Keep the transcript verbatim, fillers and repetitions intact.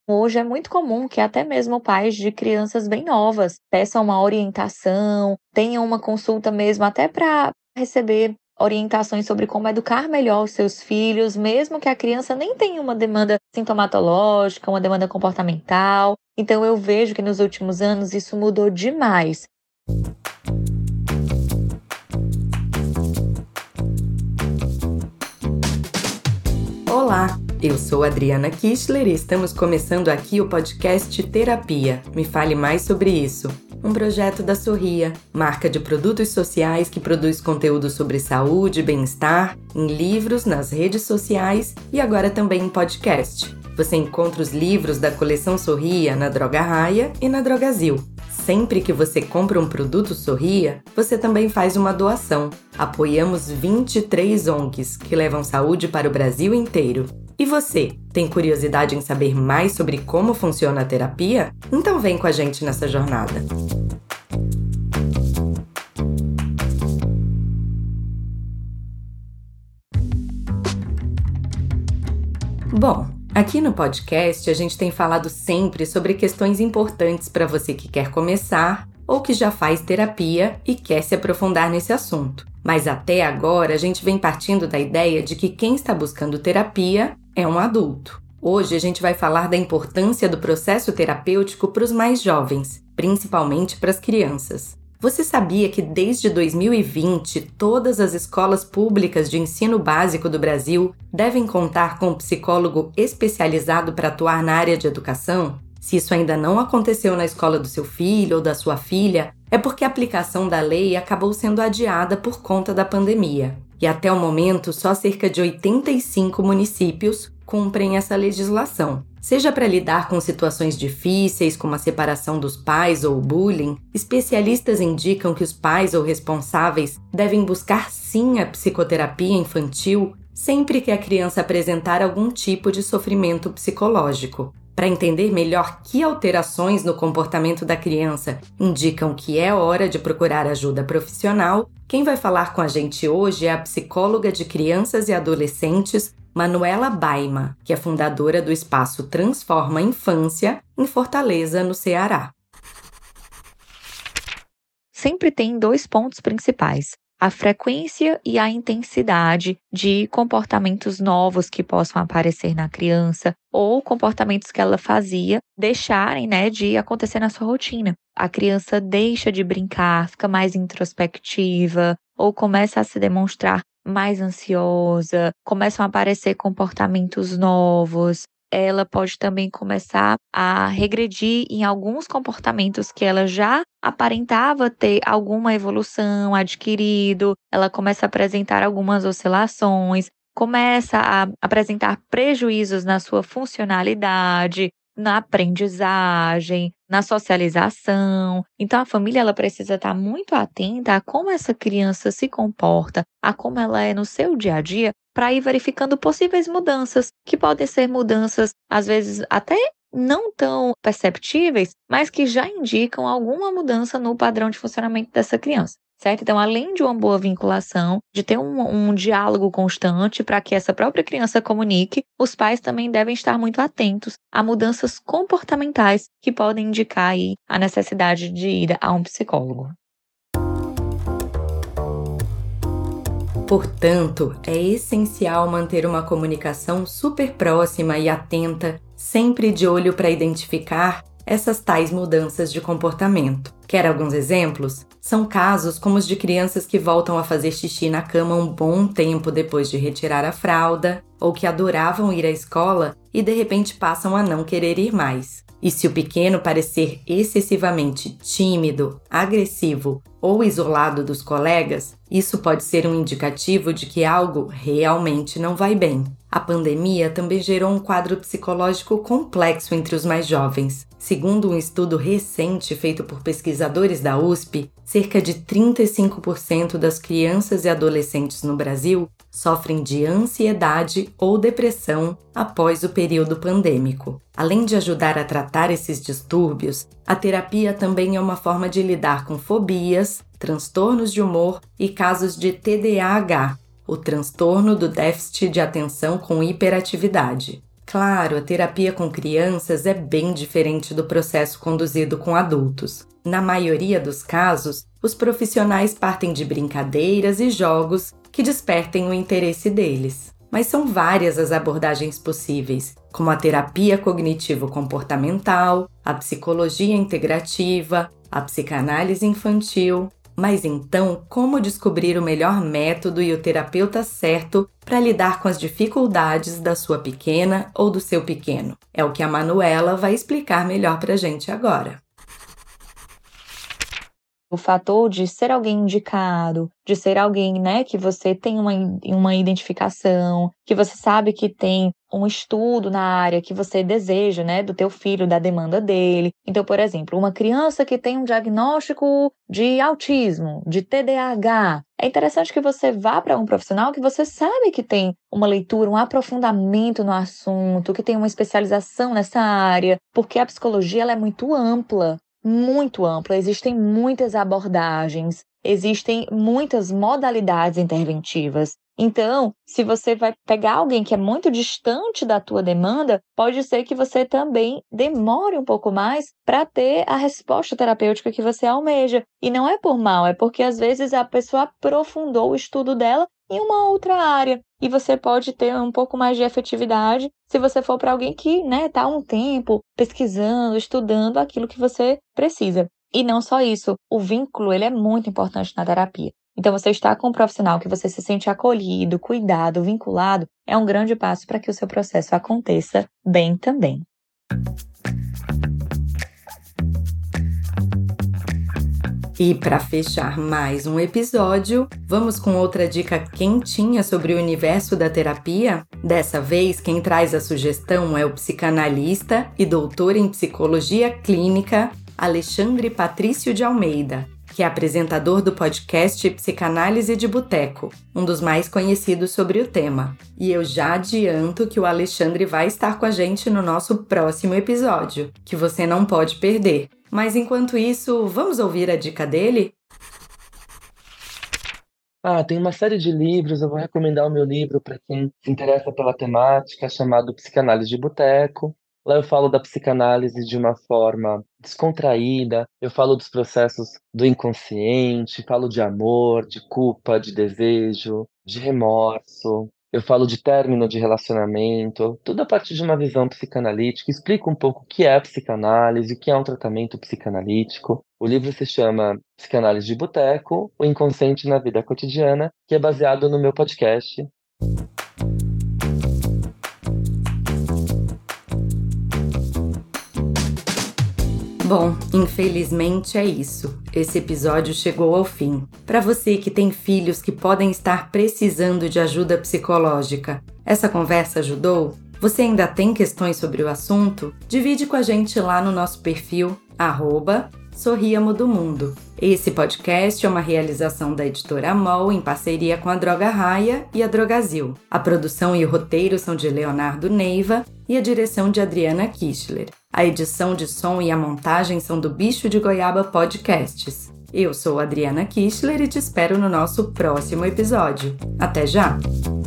Hoje é muito comum que até mesmo pais de crianças bem novas peçam uma orientação, tenham uma consulta mesmo até para receber orientações sobre como educar melhor os seus filhos, mesmo que a criança nem tenha uma demanda sintomatológica, uma demanda comportamental. Então eu vejo que nos últimos anos isso mudou demais. Olá, eu sou Adriana Kistler e estamos começando aqui o podcast Terapia. Me fale mais sobre isso. Um projeto da Sorria, marca de produtos sociais que produz conteúdo sobre saúde e bem-estar em livros, nas redes sociais e agora também em podcast. Você encontra os livros da coleção Sorria na Droga Raia e na Drogazil. Sempre que você compra um produto Sorria, você também faz uma doação. Apoiamos vinte e três O N Gs que levam saúde para o Brasil inteiro. E você, tem curiosidade em saber mais sobre como funciona a terapia? Então vem com a gente nessa jornada. Bom, aqui no podcast a gente tem falado sempre sobre questões importantes para você que quer começar ou que já faz terapia e quer se aprofundar nesse assunto. Mas até agora a gente vem partindo da ideia de que quem está buscando terapia é um adulto. Hoje a gente vai falar da importância do processo terapêutico para os mais jovens, principalmente para as crianças. Você sabia que desde dois mil e vinte todas as escolas públicas de ensino básico do Brasil devem contar com um psicólogo especializado para atuar na área de educação? Se isso ainda não aconteceu na escola do seu filho ou da sua filha, é porque a aplicação da lei acabou sendo adiada por conta da pandemia. E até o momento, só cerca de oitenta e cinco municípios cumprem essa legislação. Seja para lidar com situações difíceis, como a separação dos pais ou o bullying, especialistas indicam que os pais ou responsáveis devem buscar sim a psicoterapia infantil sempre que a criança apresentar algum tipo de sofrimento psicológico. Para entender melhor que alterações no comportamento da criança indicam que é hora de procurar ajuda profissional, quem vai falar com a gente hoje é a psicóloga de crianças e adolescentes Manuela Baima, que é fundadora do espaço Transforma Infância, em Fortaleza, no Ceará. Sempre tem dois pontos principais: a frequência e a intensidade de comportamentos novos que possam aparecer na criança ou comportamentos que ela fazia deixarem, né, de acontecer na sua rotina. A criança deixa de brincar, fica mais introspectiva ou começa a se demonstrar mais ansiosa, começam a aparecer comportamentos novos. Ela pode também começar a regredir em alguns comportamentos que ela já aparentava ter alguma evolução adquirido, ela começa a apresentar algumas oscilações, começa a apresentar prejuízos na sua funcionalidade, na aprendizagem, na socialização. Então a família ela precisa estar muito atenta a como essa criança se comporta, a como ela é no seu dia a dia, para ir verificando possíveis mudanças, que podem ser mudanças, às vezes, até não tão perceptíveis, mas que já indicam alguma mudança no padrão de funcionamento dessa criança, certo? Então, além de uma boa vinculação, de ter um, um diálogo constante para que essa própria criança comunique, os pais também devem estar muito atentos a mudanças comportamentais que podem indicar aí a necessidade de ir a um psicólogo. Portanto, é essencial manter uma comunicação super próxima e atenta, sempre de olho para identificar essas tais mudanças de comportamento. Quer alguns exemplos? São casos como os de crianças que voltam a fazer xixi na cama um bom tempo depois de retirar a fralda, ou que adoravam ir à escola e de repente passam a não querer ir mais. E se o pequeno parecer excessivamente tímido, agressivo ou isolado dos colegas, isso pode ser um indicativo de que algo realmente não vai bem. A pandemia também gerou um quadro psicológico complexo entre os mais jovens. Segundo um estudo recente feito por pesquisadores da U S P, cerca de trinta e cinco por cento das crianças e adolescentes no Brasil sofrem de ansiedade ou depressão após o período pandêmico. Além de ajudar a tratar esses distúrbios, a terapia também é uma forma de lidar com fobias, transtornos de humor e casos de T D A H, o transtorno do déficit de atenção com hiperatividade. Claro, a terapia com crianças é bem diferente do processo conduzido com adultos. Na maioria dos casos, os profissionais partem de brincadeiras e jogos que despertem o interesse deles. Mas são várias as abordagens possíveis, como a terapia cognitivo-comportamental, a psicologia integrativa, a psicanálise infantil. Mas então, como descobrir o melhor método e o terapeuta certo para lidar com as dificuldades da sua pequena ou do seu pequeno? É o que a Manuela vai explicar melhor para a gente agora. O fator de ser alguém indicado, de ser alguém, né, que você tem uma, uma identificação, que você sabe que tem um estudo na área que você deseja, né, do teu filho, da demanda dele. Então, por exemplo, uma criança que tem um diagnóstico de autismo, de T D A H, é interessante que você vá para um profissional que você sabe que tem uma leitura, um aprofundamento no assunto, que tem uma especialização nessa área, porque a psicologia ela é muito ampla. Muito ampla, existem muitas abordagens, existem muitas modalidades interventivas. Então, se você vai pegar alguém que é muito distante da tua demanda, pode ser que você também demore um pouco mais para ter a resposta terapêutica que você almeja. E não é por mal, é porque às vezes a pessoa aprofundou o estudo dela em uma outra área. E você pode ter um pouco mais de efetividade se você for para alguém que, né, está há um tempo pesquisando, estudando aquilo que você precisa. E não só isso, o vínculo ele é muito importante na terapia. Então, você estar com um profissional que você se sente acolhido, cuidado, vinculado, é um grande passo para que o seu processo aconteça bem também. E para fechar mais um episódio, vamos com outra dica quentinha sobre o universo da terapia? Dessa vez, quem traz a sugestão é o psicanalista e doutor em psicologia clínica Alexandre Patrício de Almeida, que é apresentador do podcast Psicanálise de Boteco, um dos mais conhecidos sobre o tema. E eu já adianto que o Alexandre vai estar com a gente no nosso próximo episódio, que você não pode perder. Mas enquanto isso, vamos ouvir a dica dele? Ah, tem uma série de livros, eu vou recomendar o meu livro para quem se interessa pela temática, chamado Psicanálise de Boteco. Lá eu falo da psicanálise de uma forma descontraída, eu falo dos processos do inconsciente, falo de amor, de culpa, de desejo, de remorso. Eu falo de término de relacionamento, tudo a partir de uma visão psicanalítica. Explico um pouco o que é a psicanálise, o que é um tratamento psicanalítico. O livro se chama Psicanálise de Boteco, o inconsciente na vida cotidiana, que é baseado no meu podcast. Bom, infelizmente é isso. Esse episódio chegou ao fim. Para você que tem filhos que podem estar precisando de ajuda psicológica, essa conversa ajudou? Você ainda tem questões sobre o assunto? Divide com a gente lá no nosso perfil, arroba Sorriamo do Mundo. Esse podcast é uma realização da editora Amol em parceria com a Droga Raia e a Drogazil. A produção e o roteiro são de Leonardo Neiva e a direção de Adriana Kichler. A edição de som e a montagem são do Bicho de Goiaba Podcasts. Eu sou Adriana Kichler e te espero no nosso próximo episódio. Até já!